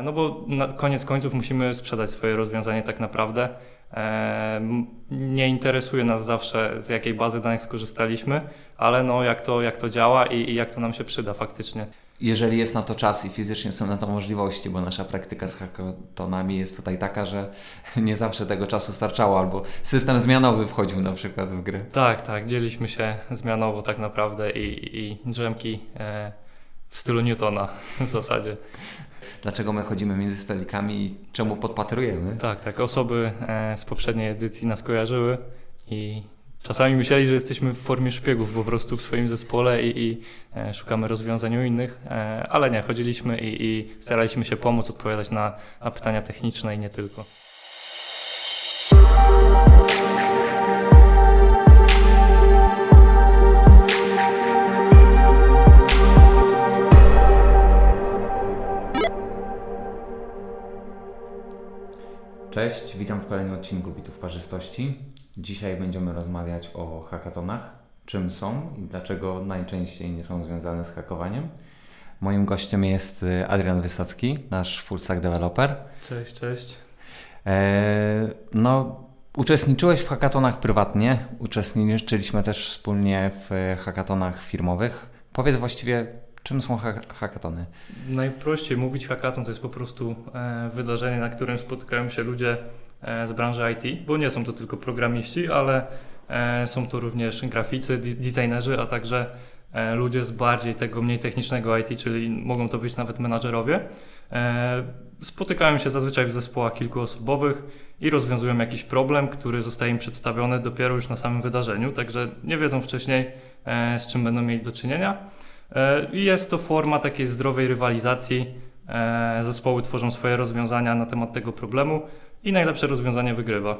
No bo na koniec końców musimy sprzedać swoje rozwiązanie tak naprawdę. Nie interesuje nas zawsze, z jakiej bazy danych skorzystaliśmy, ale no jak to działa i jak to nam się przyda faktycznie. Jeżeli jest na to czas i fizycznie są na to możliwości, bo nasza praktyka z hackathonami jest tutaj taka, że nie zawsze tego czasu starczało, albo system zmianowy wchodził na przykład w grę. Tak, dzieliśmy się zmianowo tak naprawdę i drzemki w stylu Newtona w zasadzie. Dlaczego my chodzimy między stolikami i czemu podpatrujemy? Tak, osoby z poprzedniej edycji nas kojarzyły i czasami myśleli, że jesteśmy w formie szpiegów po prostu w swoim zespole i szukamy rozwiązań u innych, ale nie, chodziliśmy i staraliśmy się pomóc, odpowiadać na pytania techniczne i nie tylko. Cześć, witam w kolejnym odcinku Bitów Parzystości. Dzisiaj będziemy rozmawiać o hackathonach, czym są i dlaczego najczęściej nie są związane z hakowaniem. Moim gościem jest Adrian Wysocki, nasz full stack developer. Cześć. Uczestniczyłeś w hackathonach prywatnie, uczestniczyliśmy też wspólnie w hackathonach firmowych. Powiedz właściwie, czym są hackathony? Najprościej mówić, hackathon to jest po prostu wydarzenie, na którym spotykają się ludzie z branży IT, bo nie są to tylko programiści, ale są to również graficy, designerzy, a także ludzie z bardziej tego mniej technicznego IT, czyli mogą to być nawet menadżerowie. Spotykają się zazwyczaj w zespołach kilkuosobowych i rozwiązują jakiś problem, który zostaje im przedstawiony dopiero już na samym wydarzeniu, także nie wiedzą wcześniej, z czym będą mieli do czynienia. Jest to forma takiej zdrowej rywalizacji. Zespoły tworzą swoje rozwiązania na temat tego problemu i najlepsze rozwiązanie wygrywa.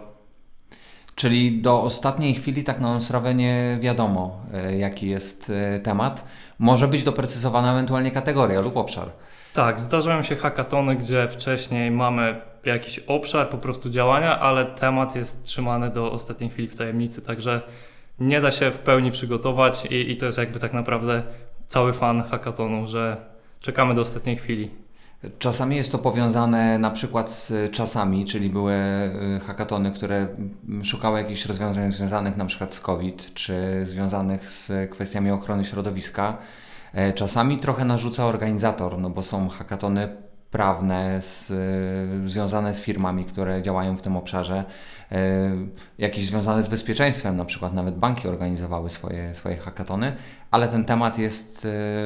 Czyli do ostatniej chwili tak na sprawę nie wiadomo, jaki jest temat. Może być doprecyzowana ewentualnie kategoria lub obszar. Tak, zdarzają się hackathony, gdzie wcześniej mamy jakiś obszar po prostu działania, ale temat jest trzymany do ostatniej chwili w tajemnicy, także nie da się w pełni przygotować i to jest jakby tak naprawdę cały fan hackathonu, że czekamy do ostatniej chwili. Czasami jest to powiązane na przykład z czasami, czyli były hackathony, które szukały jakichś rozwiązań związanych na przykład z COVID, czy związanych z kwestiami ochrony środowiska. Czasami trochę narzuca organizator, no bo są hackathony prawne związane z firmami, które działają w tym obszarze, jakieś związane z bezpieczeństwem, na przykład nawet banki organizowały swoje hackathony, ale ten temat jest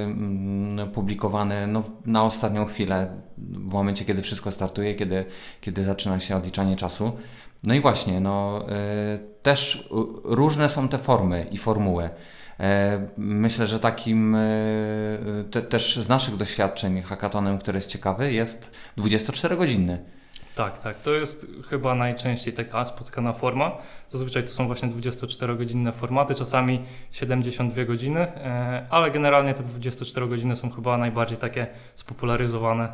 publikowany na ostatnią chwilę, w momencie, kiedy wszystko startuje, kiedy zaczyna się odliczanie czasu. No i właśnie, też różne są te formy i formuły. Myślę, że takim też z naszych doświadczeń hackathonem, który jest ciekawy, jest 24-godzinny. Tak. To jest chyba najczęściej taka spotykana forma. Zazwyczaj to są właśnie 24-godzinne formaty, czasami 72 godziny, ale generalnie te 24 godziny są chyba najbardziej takie spopularyzowane.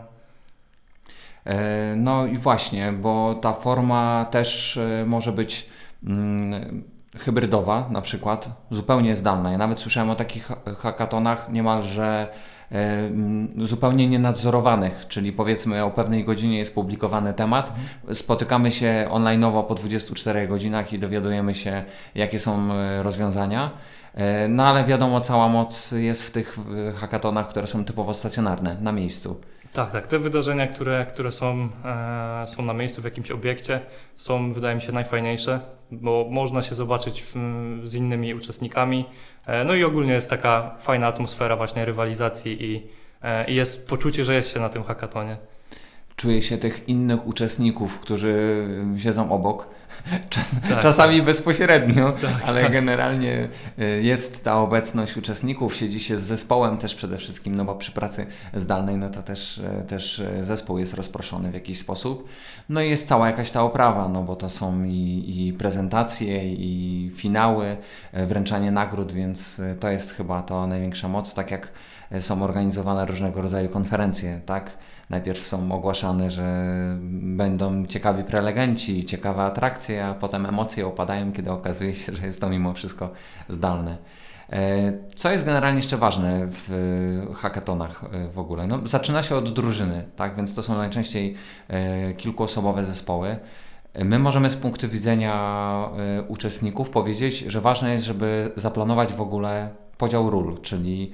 No i właśnie, bo ta forma też może być hybrydowa, na przykład zupełnie zdalna. Ja nawet słyszałem o takich hackathonach niemalże zupełnie nienadzorowanych, czyli powiedzmy o pewnej godzinie jest publikowany temat, spotykamy się online'owo po 24 godzinach i dowiadujemy się, jakie są rozwiązania. No ale wiadomo, cała moc jest w tych hackathonach, które są typowo stacjonarne, na miejscu. Tak. Te wydarzenia, które są na miejscu w jakimś obiekcie, są, wydaje mi się, najfajniejsze, bo można się zobaczyć z innymi uczestnikami. No i ogólnie jest taka fajna atmosfera właśnie rywalizacji i jest poczucie, że jest się na tym hackathonie. Czuję się tych innych uczestników, którzy siedzą obok, czasami bezpośrednio, ale generalnie jest ta obecność uczestników, siedzi się z zespołem też przede wszystkim, no bo przy pracy zdalnej no to też zespół jest rozproszony w jakiś sposób. No i jest cała jakaś ta oprawa, no bo to są i prezentacje, i finały, wręczanie nagród, więc to jest chyba to największa moc, tak jak są organizowane różnego rodzaju konferencje, tak? Najpierw są ogłaszane, że będą ciekawi prelegenci, ciekawe atrakcje, a potem emocje opadają, kiedy okazuje się, że jest to mimo wszystko zdalne. Co jest generalnie jeszcze ważne w hackathonach w ogóle? No, zaczyna się od drużyny, tak? Więc to są najczęściej kilkuosobowe zespoły. My możemy z punktu widzenia uczestników powiedzieć, że ważne jest, żeby zaplanować w ogóle podział ról, czyli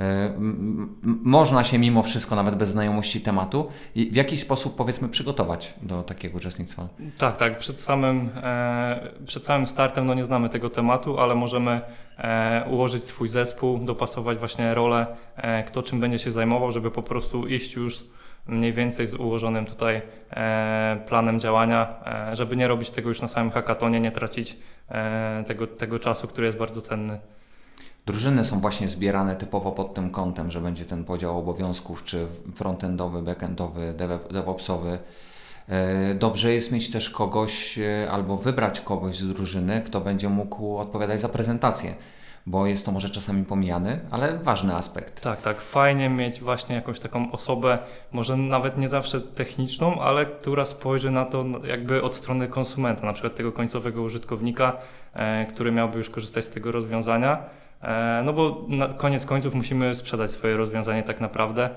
można się mimo wszystko, nawet bez znajomości tematu, w jakiś sposób powiedzmy przygotować do takiego uczestnictwa. Tak. Przed samym startem nie znamy tego tematu, ale możemy ułożyć swój zespół, dopasować właśnie rolę, kto czym będzie się zajmował, żeby po prostu iść już mniej więcej z ułożonym tutaj planem działania, żeby nie robić tego już na samym hackathonie, nie tracić tego czasu, który jest bardzo cenny. Drużyny są właśnie zbierane typowo pod tym kątem, że będzie ten podział obowiązków, czy frontendowy, backendowy, DevOpsowy. Dobrze jest mieć też kogoś albo wybrać kogoś z drużyny, kto będzie mógł odpowiadać za prezentację, bo jest to może czasami pomijany, ale ważny aspekt. Tak. Fajnie mieć właśnie jakąś taką osobę, może nawet nie zawsze techniczną, ale która spojrzy na to jakby od strony konsumenta, na przykład tego końcowego użytkownika, który miałby już korzystać z tego rozwiązania. No bo na koniec końców musimy sprzedać swoje rozwiązanie tak naprawdę.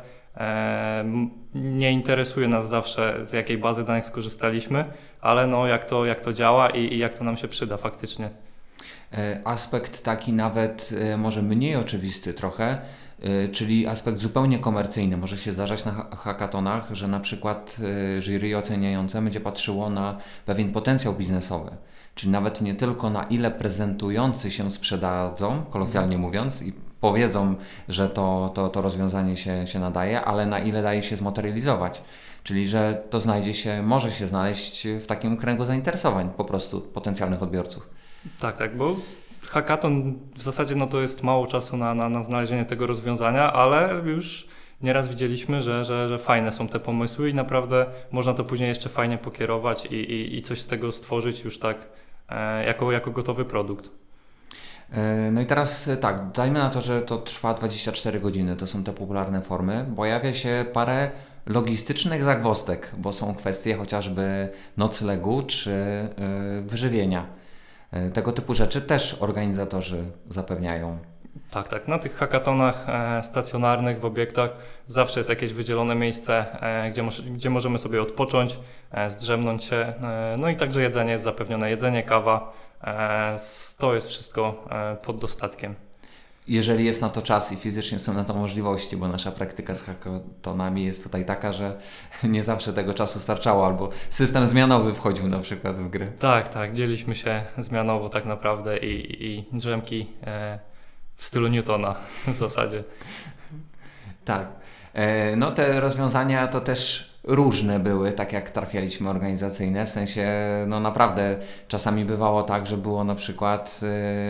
Nie interesuje nas zawsze, z jakiej bazy danych skorzystaliśmy, ale jak to działa i jak to nam się przyda faktycznie. Aspekt taki nawet może mniej oczywisty trochę, czyli aspekt zupełnie komercyjny. Może się zdarzać na hackathonach, że na przykład jury oceniające będzie patrzyło na pewien potencjał biznesowy. Czyli nawet nie tylko na ile prezentujący się sprzedadzą, kolokwialnie mówiąc, i powiedzą, że to rozwiązanie się nadaje, ale na ile daje się zmaterializować. Czyli że to może się znaleźć w takim kręgu zainteresowań po prostu potencjalnych odbiorców. Tak, bo hackathon w zasadzie to jest mało czasu na znalezienie tego rozwiązania, ale już nieraz widzieliśmy, że fajne są te pomysły i naprawdę można to później jeszcze fajnie pokierować i coś z tego stworzyć już tak jako gotowy produkt. No i teraz tak, dajmy na to, że to trwa 24 godziny, to są te popularne formy. Pojawia się parę logistycznych zagwozdek, bo są kwestie chociażby noclegu czy wyżywienia. Tego typu rzeczy też organizatorzy zapewniają. Tak. Na tych hackathonach stacjonarnych w obiektach zawsze jest jakieś wydzielone miejsce, gdzie możemy sobie odpocząć, zdrzemnąć się. No i także jedzenie jest zapewnione, jedzenie, kawa. To jest wszystko pod dostatkiem. Jeżeli jest na to czas i fizycznie są na to możliwości, bo nasza praktyka z hackathonami jest tutaj taka, że nie zawsze tego czasu starczało, albo system zmianowy wchodził na przykład w grę. Tak, dzieliśmy się zmianowo tak naprawdę i drzemki w stylu Newtona w zasadzie. Tak. No te rozwiązania to też różne były, tak jak trafialiśmy organizacyjne, w sensie naprawdę czasami bywało tak, że było na przykład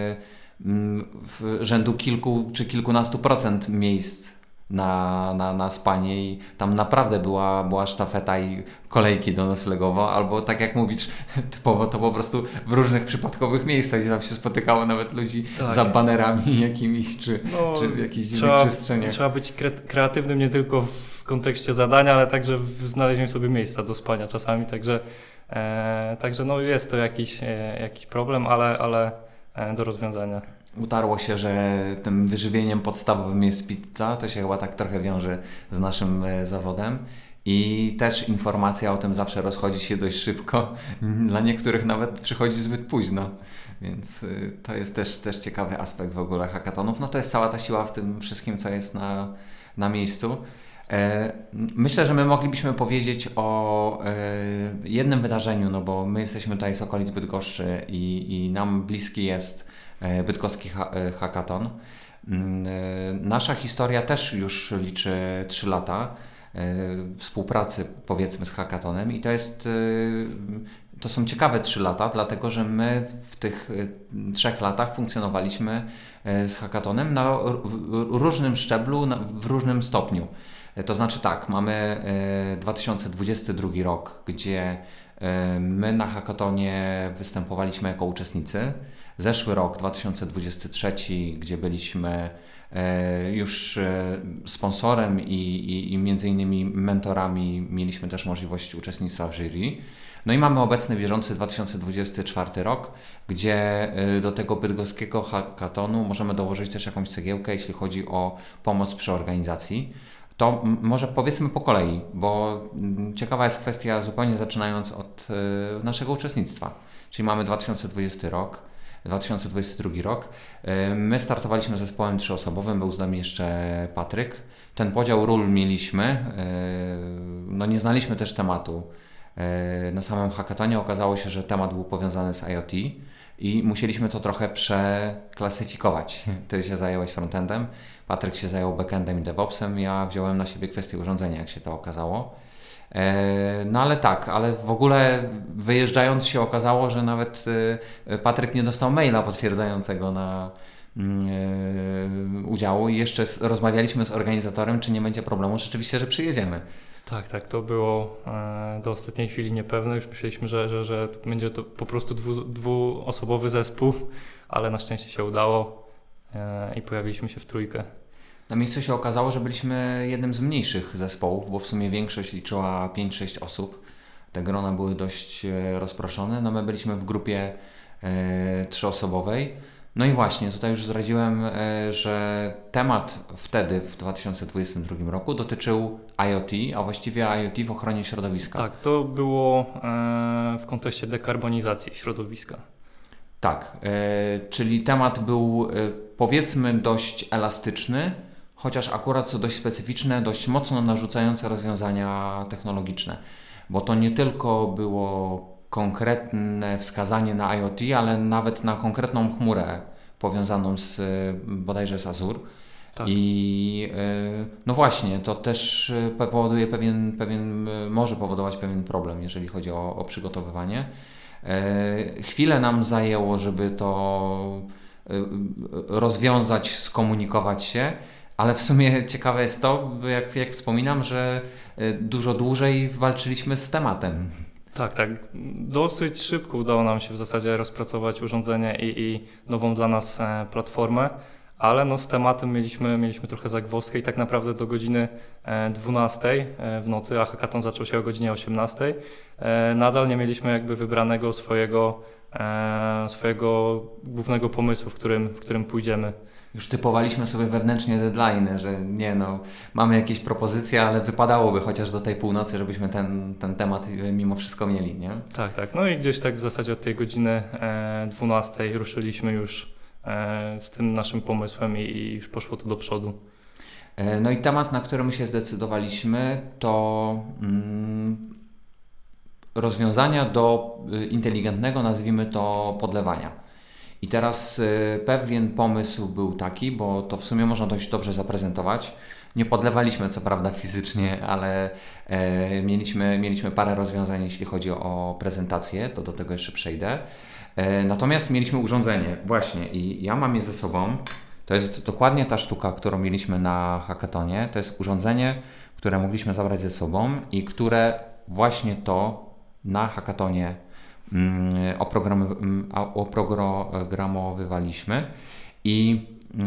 w rzędu kilku czy kilkunastu procent miejsc na spanie i tam naprawdę była sztafeta i kolejki do noclegowo, albo tak jak mówisz, typowo to po prostu w różnych przypadkowych miejscach, gdzie tam się spotykało nawet ludzi za banerami jakimiś, czy w jakichś dziwnych przestrzeniach. Trzeba być kreatywnym nie tylko w kontekście zadania, ale także w znalezieniu sobie miejsca do spania czasami, także jest to jakiś problem, ale do rozwiązania. Utarło się, że tym wyżywieniem podstawowym jest pizza, to się chyba tak trochę wiąże z naszym zawodem i też informacja o tym zawsze rozchodzi się dość szybko, dla niektórych nawet przychodzi zbyt późno, więc to jest też ciekawy aspekt w ogóle hackathonów. To jest cała ta siła w tym wszystkim, co jest na miejscu. Myślę, że my moglibyśmy powiedzieć o jednym wydarzeniu, bo my jesteśmy tutaj z okolic Bydgoszczy i nam bliski jest bydgoski hackathon. Nasza historia też już liczy 3 lata współpracy powiedzmy z hackathonem i to są ciekawe 3 lata, dlatego że my w tych 3 latach funkcjonowaliśmy z hackathonem na różnym szczeblu, w różnym stopniu. To znaczy tak, mamy 2022 rok, gdzie my na hackathonie występowaliśmy jako uczestnicy. zeszły rok, 2023, gdzie byliśmy już sponsorem i między innymi mentorami, mieliśmy też możliwość uczestnictwa w jury. No i mamy obecny bieżący 2024 rok, gdzie do tego bydgoskiego hackathonu możemy dołożyć też jakąś cegiełkę, jeśli chodzi o pomoc przy organizacji. To może powiedzmy po kolei, bo ciekawa jest kwestia, zupełnie zaczynając od naszego uczestnictwa. Czyli mamy 2020 rok, 2022 rok. My startowaliśmy zespołem 3-osobowym, był z nami jeszcze Patryk. Ten podział ról mieliśmy, no nie znaliśmy też tematu. Na samym hackathonie okazało się, że temat był powiązany z IoT i musieliśmy to trochę przeklasyfikować. Ty się zająłeś frontendem, Patryk się zajął backendem i DevOpsem, ja wziąłem na siebie kwestię urządzenia, jak się to okazało. No ale tak, ale w ogóle wyjeżdżając się okazało, że nawet Patryk nie dostał maila potwierdzającego na udziału i jeszcze rozmawialiśmy z organizatorem, czy nie będzie problemu rzeczywiście, że przyjedziemy. Tak, to było do ostatniej chwili niepewne. Już myśleliśmy, że będzie to po prostu dwuosobowy zespół, ale na szczęście się udało i pojawiliśmy się w trójkę. Na miejscu się okazało, że byliśmy jednym z mniejszych zespołów, bo w sumie większość liczyła 5-6 osób. Te grona były dość rozproszone. No my byliśmy w grupie 3-osobowej. No i właśnie, tutaj już zdradziłem, że temat wtedy, w 2022 roku, dotyczył IoT, a właściwie IoT w ochronie środowiska. Tak, to było w kontekście dekarbonizacji środowiska. Tak, czyli temat był powiedzmy dość elastyczny, chociaż akurat co dość specyficzne, dość mocno narzucające rozwiązania technologiczne, bo to nie tylko było konkretne wskazanie na IoT, ale nawet na konkretną chmurę powiązaną z bodajże z Azure. Tak. I no właśnie, to też powoduje może powodować pewien problem, jeżeli chodzi o przygotowywanie. Chwilę nam zajęło, żeby to rozwiązać, skomunikować się, ale w sumie ciekawe jest to, jak wspominam, że dużo dłużej walczyliśmy z tematem. Tak. Dosyć szybko udało nam się w zasadzie rozpracować urządzenie i nową dla nas platformę, ale no z tematem mieliśmy trochę zagwozdkę i tak naprawdę do godziny 12 w nocy, a hackathon zaczął się o godzinie 18, nadal nie mieliśmy jakby wybranego swojego głównego pomysłu, w którym pójdziemy. Już typowaliśmy sobie wewnętrznie deadline, że mamy jakieś propozycje, ale wypadałoby chociaż do tej północy, żebyśmy ten temat mimo wszystko mieli, nie? Tak. No i gdzieś tak w zasadzie od tej godziny 12 ruszyliśmy już z tym naszym pomysłem i już poszło to do przodu. No i temat, na którym się zdecydowaliśmy, to rozwiązania do inteligentnego, nazwijmy to, podlewania. I teraz pewien pomysł był taki, bo to w sumie można dość dobrze zaprezentować. Nie podlewaliśmy co prawda fizycznie, ale mieliśmy parę rozwiązań, jeśli chodzi o prezentację, to do tego jeszcze przejdę. Natomiast mieliśmy urządzenie, właśnie, i ja mam je ze sobą. To jest dokładnie ta sztuka, którą mieliśmy na hackathonie. To jest urządzenie, które mogliśmy zabrać ze sobą i które właśnie to na hackathonie oprogramowywaliśmy i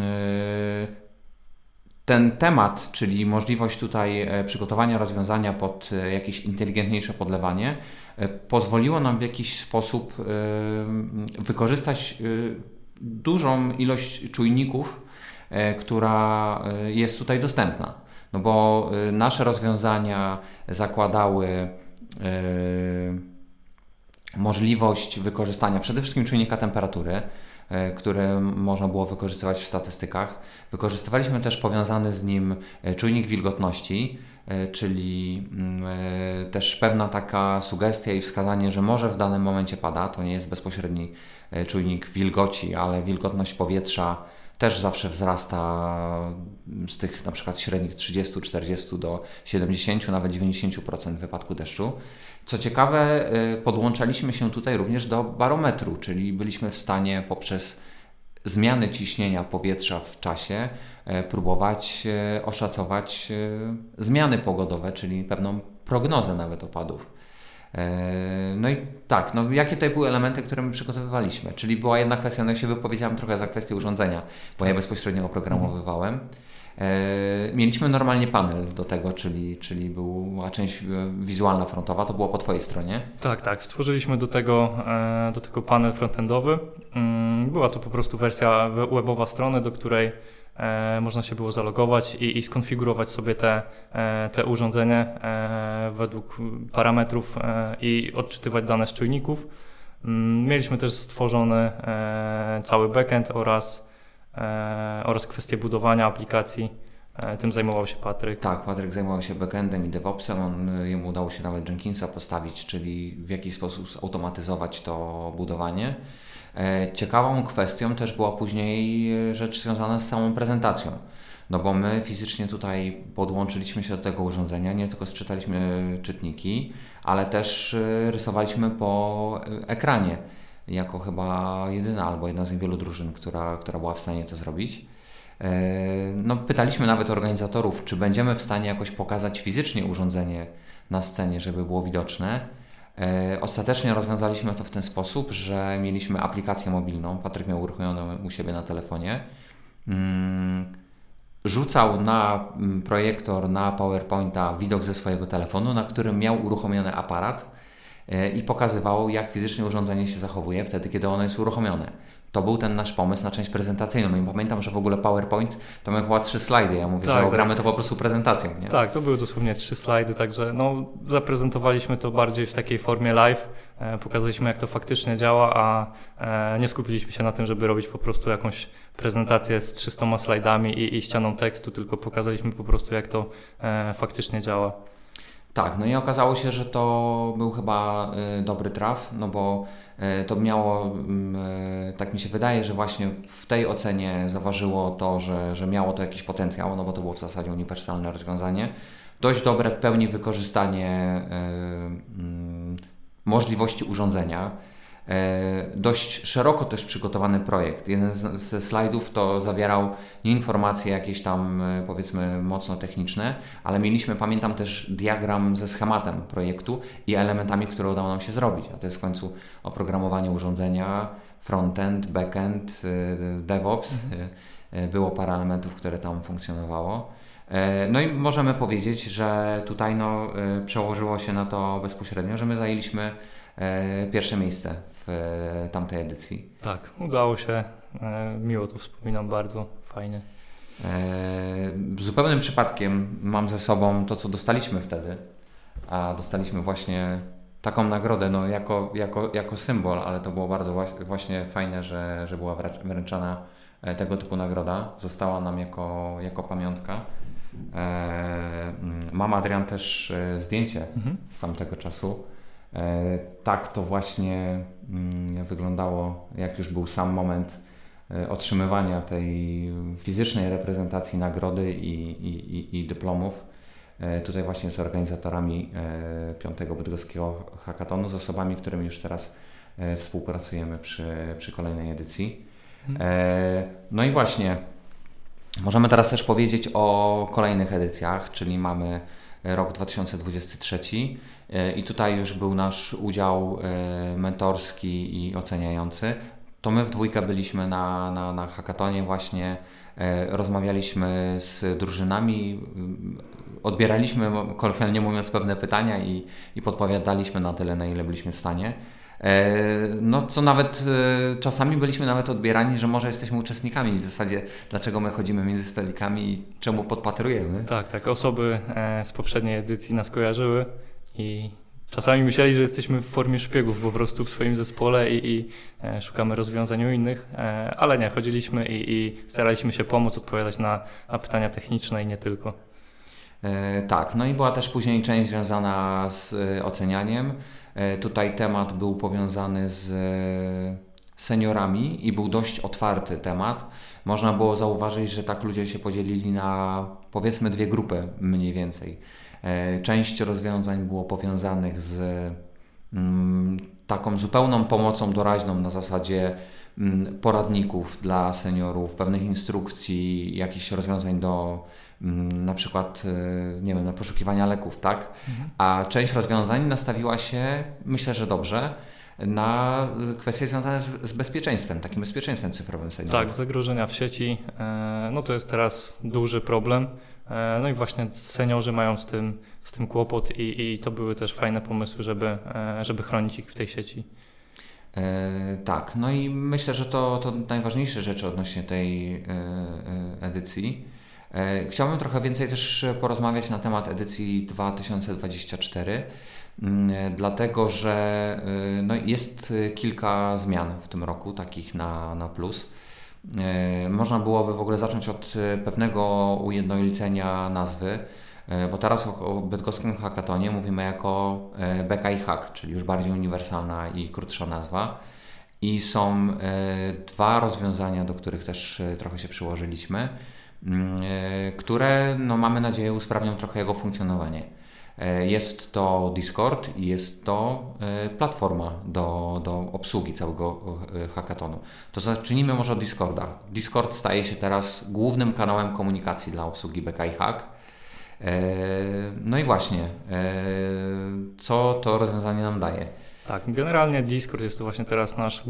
ten temat, czyli możliwość tutaj przygotowania rozwiązania pod jakieś inteligentniejsze podlewanie, pozwoliło nam w jakiś sposób wykorzystać dużą ilość czujników, która jest tutaj dostępna. No bo nasze rozwiązania zakładały możliwość wykorzystania przede wszystkim czujnika temperatury, który można było wykorzystywać w statystykach. Wykorzystywaliśmy też powiązany z nim czujnik wilgotności, czyli też pewna taka sugestia i wskazanie, że może w danym momencie pada. To nie jest bezpośredni czujnik wilgoci, ale wilgotność powietrza też zawsze wzrasta z tych na przykład średnich 30-40 do 70, nawet 90% w wypadku deszczu. Co ciekawe, podłączaliśmy się tutaj również do barometru, czyli byliśmy w stanie poprzez zmiany ciśnienia powietrza w czasie próbować oszacować zmiany pogodowe, czyli pewną prognozę nawet opadów. No i tak, no jakie tutaj były elementy, które my przygotowywaliśmy? Czyli była jedna kwestia, no ja się wypowiedziałem trochę za kwestię urządzenia, bo ja bezpośrednio oprogramowywałem. Mieliśmy normalnie panel do tego, czyli była część wizualna frontowa, to było po Twojej stronie. Tak, stworzyliśmy do tego panel frontendowy. Była to po prostu wersja webowa strony, do której można się było zalogować i skonfigurować sobie te urządzenie według parametrów i odczytywać dane z czujników. Mieliśmy też stworzony cały backend oraz kwestię budowania aplikacji. Tym zajmował się Patryk. Tak, Patryk zajmował się backendem i DevOpsem. Jemu udało się nawet Jenkinsa postawić, czyli w jakiś sposób zautomatyzować to budowanie. Ciekawą kwestią też była później rzecz związana z samą prezentacją. No bo my fizycznie tutaj podłączyliśmy się do tego urządzenia, nie tylko sczytaliśmy czytniki, ale też rysowaliśmy po ekranie. Jako chyba jedyna albo jedna z niewielu drużyn, która była w stanie to zrobić. No, pytaliśmy nawet organizatorów, czy będziemy w stanie jakoś pokazać fizycznie urządzenie na scenie, żeby było widoczne. Ostatecznie rozwiązaliśmy to w ten sposób, że mieliśmy aplikację mobilną. Patryk miał uruchomioną u siebie na telefonie. Rzucał na projektor, na PowerPointa widok ze swojego telefonu, na którym miał uruchomiony aparat i pokazywało, jak fizycznie urządzenie się zachowuje wtedy, kiedy ono jest uruchomione. To był ten nasz pomysł na część prezentacyjną. I pamiętam, że w ogóle PowerPoint to miał chyba 3 slajdy. Ja mówię, że ogramy to po prostu prezentacją. Nie? Tak, to były dosłownie 3 slajdy, także zaprezentowaliśmy to bardziej w takiej formie live. Pokazaliśmy, jak to faktycznie działa, a nie skupiliśmy się na tym, żeby robić po prostu jakąś prezentację z 300 slajdami i ścianą tekstu, tylko pokazaliśmy po prostu, jak to faktycznie działa. Tak, no i okazało się, że to był chyba dobry traf, no bo to miało, tak mi się wydaje, że właśnie w tej ocenie zaważyło to, że miało to jakiś potencjał, no bo to było w zasadzie uniwersalne rozwiązanie. Dość dobre w pełni wykorzystanie możliwości urządzenia. Dość szeroko też przygotowany projekt. Jeden ze slajdów to zawierał nie informacje jakieś tam powiedzmy mocno techniczne, ale mieliśmy, pamiętam, też diagram ze schematem projektu i elementami, które udało nam się zrobić. A to jest w końcu oprogramowanie urządzenia, frontend, backend, DevOps. Było parę elementów, które tam funkcjonowało. No i możemy powiedzieć, że tutaj przełożyło się na to bezpośrednio, że my zajęliśmy pierwsze miejsce w tamtej edycji. Tak, udało się. Miło to wspominam, bardzo fajnie. Zupełnym przypadkiem mam ze sobą to, co dostaliśmy wtedy, a dostaliśmy właśnie taką nagrodę, jako symbol, ale to było bardzo właśnie fajne, że była wręczana tego typu nagroda. Została nam jako pamiątka. Mam, Adrian, też zdjęcie z tamtego czasu. Tak to właśnie wyglądało, jak już był sam moment otrzymywania tej fizycznej reprezentacji nagrody i dyplomów. Tutaj właśnie z organizatorami 5. Bydgoskiego Hackathonu, z osobami, którymi już teraz współpracujemy przy kolejnej edycji. No i właśnie, możemy teraz też powiedzieć o kolejnych edycjach, czyli mamy rok 2023 i tutaj już był nasz udział mentorski i oceniający. To my w dwójkę byliśmy na hackathonie właśnie, rozmawialiśmy z drużynami, odbieraliśmy, kolokwialnie mówiąc, pewne pytania i podpowiadaliśmy na tyle, na ile byliśmy w stanie. No co nawet czasami byliśmy nawet odbierani, że może jesteśmy uczestnikami, w zasadzie dlaczego my chodzimy między stolikami i czemu podpatrujemy. Tak, osoby z poprzedniej edycji nas kojarzyły i czasami myśleli, że jesteśmy w formie szpiegów po prostu w swoim zespole i szukamy rozwiązań u innych, ale nie, chodziliśmy i staraliśmy się pomóc, odpowiadać na pytania techniczne i nie tylko. Tak, no i była też później część związana z ocenianiem. Tutaj temat był powiązany z seniorami i był dość otwarty temat. Można było zauważyć, że tak ludzie się podzielili na powiedzmy 2 grupy mniej więcej. Część rozwiązań było powiązanych z taką zupełną pomocą doraźną na zasadzie poradników dla seniorów, pewnych instrukcji, jakichś rozwiązań do na przykład, nie wiem, na poszukiwania leków, tak? A część rozwiązań nastawiła się, myślę, że dobrze, na kwestie związane z bezpieczeństwem, takim bezpieczeństwem cyfrowym seniorów. Tak, zagrożenia w sieci, no to jest teraz duży problem. No i właśnie seniorzy mają z tym kłopot i to były też fajne pomysły, żeby chronić ich w tej sieci. Tak, no i myślę, że to najważniejsze rzeczy odnośnie tej edycji. Chciałbym trochę więcej też porozmawiać na temat edycji 2024, dlatego że no jest kilka zmian w tym roku, takich na plus. Można byłoby w ogóle zacząć od pewnego ujednolicenia nazwy, bo teraz o bydgoskim hackatonie mówimy jako BKI Hack, czyli już bardziej uniwersalna i krótsza nazwa. I są dwa rozwiązania, do których też trochę się przyłożyliśmy, które no, mamy nadzieję usprawnią trochę jego funkcjonowanie. Jest to Discord i jest to platforma do obsługi całego hackatonu. To zacznijmy może od Discorda. Discord staje się teraz głównym kanałem komunikacji dla obsługi BKI Hack. No i właśnie, co to rozwiązanie nam daje? Tak, generalnie Discord jest to właśnie teraz nasz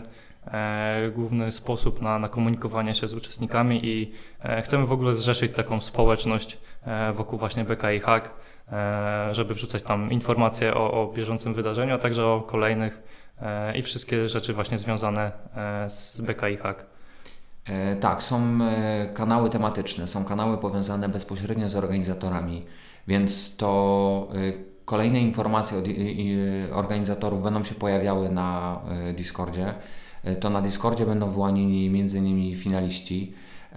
główny sposób na komunikowanie się z uczestnikami i chcemy w ogóle zrzeszyć taką społeczność wokół właśnie BKI Hack, żeby wrzucać tam informacje o bieżącym wydarzeniu, a także o kolejnych i wszystkie rzeczy właśnie związane z BKI Hack. Tak, są kanały tematyczne, są kanały powiązane bezpośrednio z organizatorami, więc to kolejne informacje od organizatorów będą się pojawiały na Discordzie. To na Discordzie będą wyłanieni m.in. finaliści.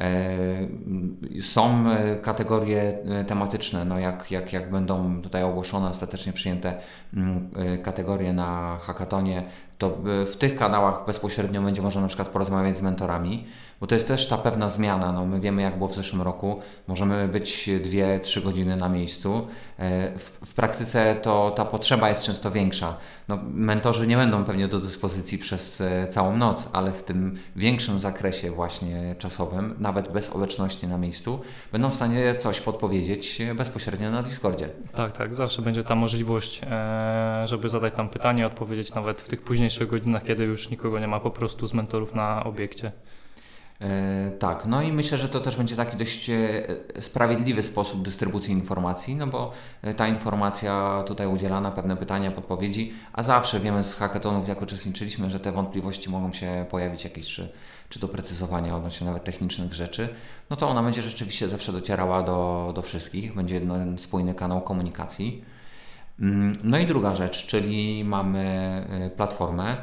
Są kategorie tematyczne, no jak będą tutaj ogłoszone, ostatecznie przyjęte kategorie na hackatonie, to w tych kanałach bezpośrednio będzie można na przykład porozmawiać z mentorami, bo to jest też ta pewna zmiana. No, my wiemy, jak było w zeszłym roku, możemy być 2-3 godziny na miejscu. W praktyce to ta potrzeba jest często większa. No, mentorzy nie będą pewnie do dyspozycji przez całą noc, ale w tym większym zakresie właśnie czasowym, nawet bez obecności na miejscu, będą w stanie coś podpowiedzieć bezpośrednio na Discordzie. Tak, zawsze będzie ta możliwość, żeby zadać tam pytanie, odpowiedzieć nawet w tych późniejszych godzinach, kiedy już nikogo nie ma po prostu z mentorów na obiekcie. Tak, no i myślę, że to też będzie taki dość sprawiedliwy sposób dystrybucji informacji, no bo ta informacja tutaj udzielana, pewne pytania, podpowiedzi, a zawsze wiemy z hackathonów, jak uczestniczyliśmy, że te wątpliwości mogą się pojawić jakieś czy doprecyzowania odnośnie nawet technicznych rzeczy, no to ona będzie rzeczywiście zawsze docierała do wszystkich, będzie jeden spójny kanał komunikacji. No i druga rzecz, czyli mamy platformę,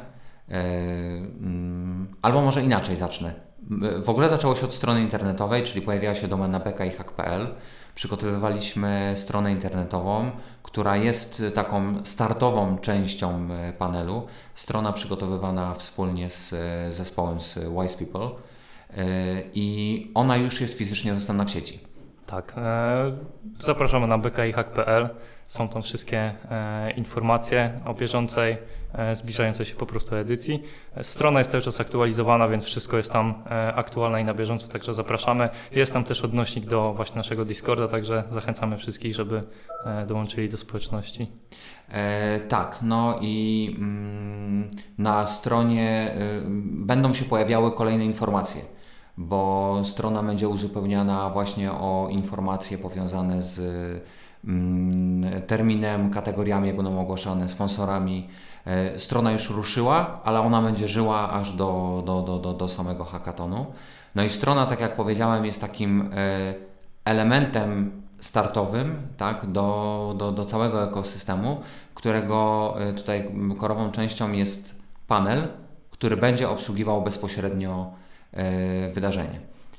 albo może inaczej zacznę. W ogóle zaczęło się od strony internetowej, czyli pojawiła się domena bkihack.pl. Przygotowywaliśmy stronę internetową, która jest taką startową częścią panelu. Strona przygotowywana wspólnie z zespołem z Wise People i ona już jest fizycznie dostępna w sieci. Tak, zapraszamy na bkihack.pl. Są tam wszystkie informacje o bieżącej, zbliżającej się po prostu edycji. Strona jest cały czas aktualizowana, więc wszystko jest tam aktualne i na bieżąco, także zapraszamy. Jest tam też odnośnik do właśnie naszego Discorda, także zachęcamy wszystkich, żeby dołączyli do społeczności. Tak, no i na stronie będą się pojawiały kolejne informacje, bo strona będzie uzupełniana właśnie o informacje powiązane z terminem, kategoriami, jak będą ogłaszane, sponsorami. Strona już ruszyła, ale ona będzie żyła aż do samego hackathonu. No i strona, tak jak powiedziałem, jest takim elementem startowym, tak, do całego ekosystemu, którego tutaj korową częścią jest panel, który będzie obsługiwał bezpośrednio wydarzenie.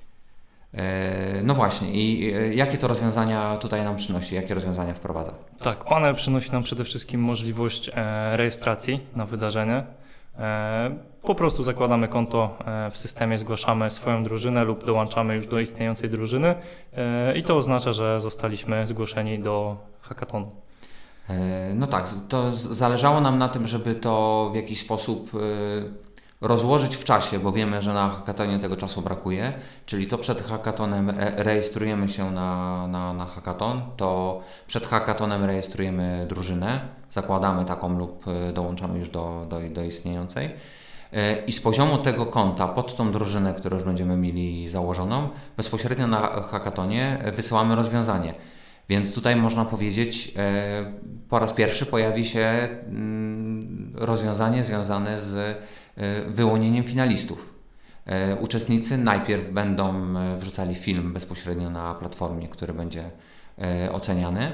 No właśnie, i jakie to rozwiązania tutaj nam przynosi, jakie rozwiązania wprowadza? Tak, panel przynosi nam przede wszystkim możliwość rejestracji na wydarzenie. Po prostu zakładamy konto w systemie, zgłaszamy swoją drużynę lub dołączamy już do istniejącej drużyny i to oznacza, że zostaliśmy zgłoszeni do hackathonu. No tak, to zależało nam na tym, żeby to w jakiś sposób rozłożyć w czasie, bo wiemy, że na hackatonie tego czasu brakuje, czyli to przed hackatonem rejestrujemy się na hackaton, to przed hackatonem rejestrujemy drużynę, zakładamy taką lub dołączamy już do istniejącej i z poziomu tego konta pod tą drużynę, którą już będziemy mieli założoną, bezpośrednio na hackatonie wysyłamy rozwiązanie. Więc tutaj można powiedzieć, po raz pierwszy pojawi się rozwiązanie związane z wyłonieniem finalistów. Uczestnicy najpierw będą wrzucali film bezpośrednio na platformie, który będzie oceniany,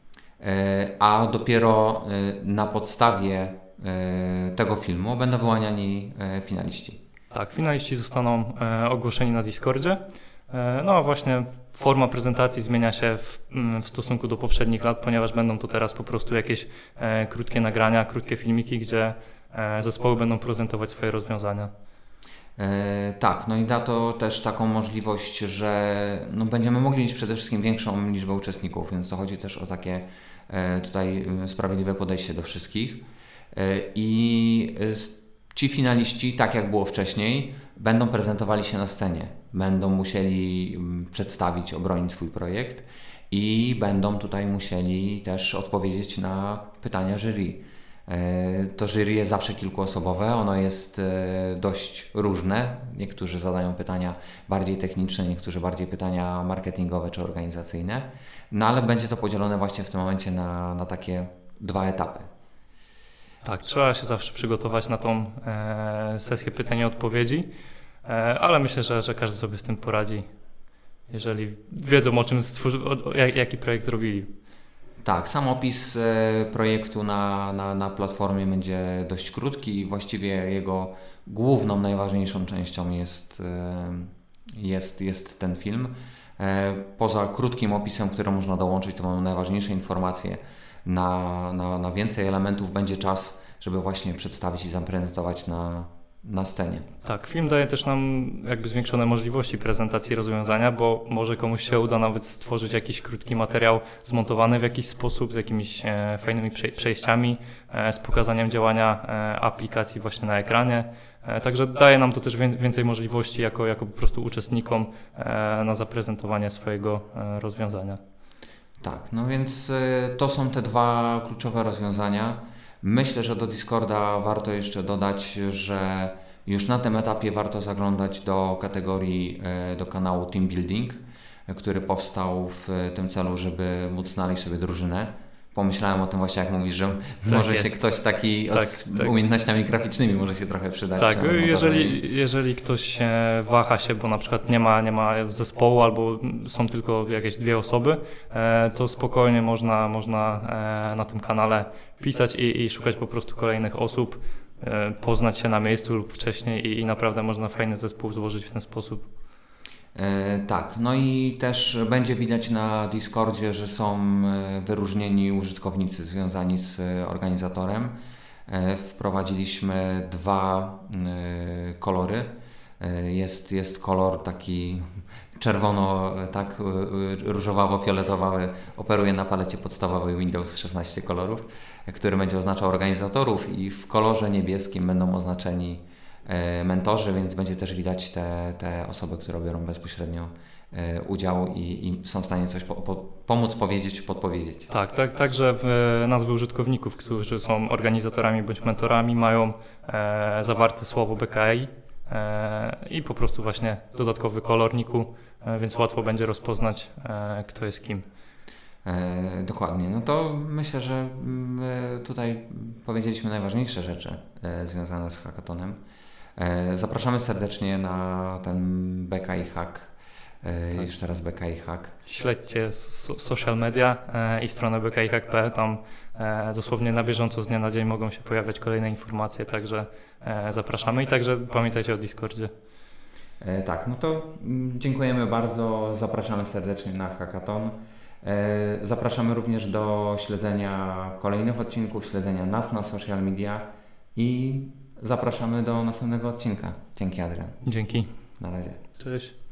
a dopiero na podstawie tego filmu będą wyłaniani finaliści. Tak, finaliści zostaną ogłoszeni na Discordzie. No a właśnie forma prezentacji zmienia się w stosunku do poprzednich lat, ponieważ będą to teraz po prostu jakieś krótkie nagrania, krótkie filmiki, gdzie zespoły będą prezentować swoje rozwiązania. Tak, no i da to też taką możliwość, że będziemy mogli mieć przede wszystkim większą liczbę uczestników, więc to chodzi też o takie tutaj sprawiedliwe podejście do wszystkich. I ci finaliści, tak jak było wcześniej, będą prezentowali się na scenie, będą musieli przedstawić, obronić swój projekt i będą tutaj musieli też odpowiedzieć na pytania jury. To jury jest zawsze kilkuosobowe, ono jest dość różne. Niektórzy zadają pytania bardziej techniczne, niektórzy bardziej pytania marketingowe czy organizacyjne, no ale będzie to podzielone właśnie w tym momencie na takie dwa etapy. Tak, trzeba się zawsze przygotować na tą sesję pytań i odpowiedzi, ale myślę, że każdy sobie z tym poradzi, jeżeli wiedzą o czym jaki projekt zrobili. Tak, sam opis projektu na platformie będzie dość krótki i właściwie jego główną, najważniejszą częścią jest ten film. Poza krótkim opisem, który można dołączyć, to mamy najważniejsze informacje. Na więcej elementów będzie czas, żeby właśnie przedstawić i zaprezentować na scenie. Tak, film daje też nam jakby zwiększone możliwości prezentacji rozwiązania, bo może komuś się uda nawet stworzyć jakiś krótki materiał zmontowany w jakiś sposób, z jakimiś fajnymi przejściami, z pokazaniem działania aplikacji właśnie na ekranie. Także daje nam to też więcej możliwości jako po prostu uczestnikom na zaprezentowanie swojego rozwiązania. Tak, no więc to są te dwa kluczowe rozwiązania. Myślę, że do Discorda warto jeszcze dodać, że już na tym etapie warto zaglądać do kategorii, do kanału Team Building, który powstał w tym celu, żeby móc znaleźć sobie drużynę. Pomyślałem o tym właśnie, jak mówisz, że tak może jest. Się ktoś taki z umiejętnościami graficznymi może się trochę przydać. Tak, jeżeli ktoś waha się, bo na przykład nie ma zespołu albo są tylko jakieś dwie osoby, to spokojnie można na tym kanale pisać i szukać po prostu kolejnych osób, poznać się na miejscu lub wcześniej i naprawdę można fajny zespół złożyć w ten sposób. Tak, no i też będzie widać na Discordzie, że są wyróżnieni użytkownicy związani z organizatorem. Wprowadziliśmy dwa kolory. Jest kolor taki czerwono, tak, różowawo-fioletowy, operuje na palecie podstawowej Windows 16 kolorów, który będzie oznaczał organizatorów, i w kolorze niebieskim będą oznaczeni mentorzy, więc będzie też widać te osoby, które biorą bezpośrednio udział i są w stanie coś pomóc powiedzieć, podpowiedzieć. Tak, także nazwy użytkowników, którzy są organizatorami bądź mentorami, mają zawarte słowo BKI i po prostu właśnie dodatkowy kolor niku, więc łatwo będzie rozpoznać, kto jest kim. Dokładnie. No to myślę, że tutaj powiedzieliśmy najważniejsze rzeczy związane z hackatonem. Zapraszamy serdecznie na ten BKI Hack. Tak. Już teraz BKI Hack. Śledźcie social media i stronę bkihack.pl. Tam dosłownie na bieżąco z dnia na dzień mogą się pojawiać kolejne informacje, także zapraszamy i także pamiętajcie o Discordzie. Tak, no to dziękujemy bardzo. Zapraszamy serdecznie na hackaton. Zapraszamy również do śledzenia kolejnych odcinków, śledzenia nas na social media i zapraszamy do następnego odcinka. Dzięki, Adrian. Dzięki. Na razie. Cześć.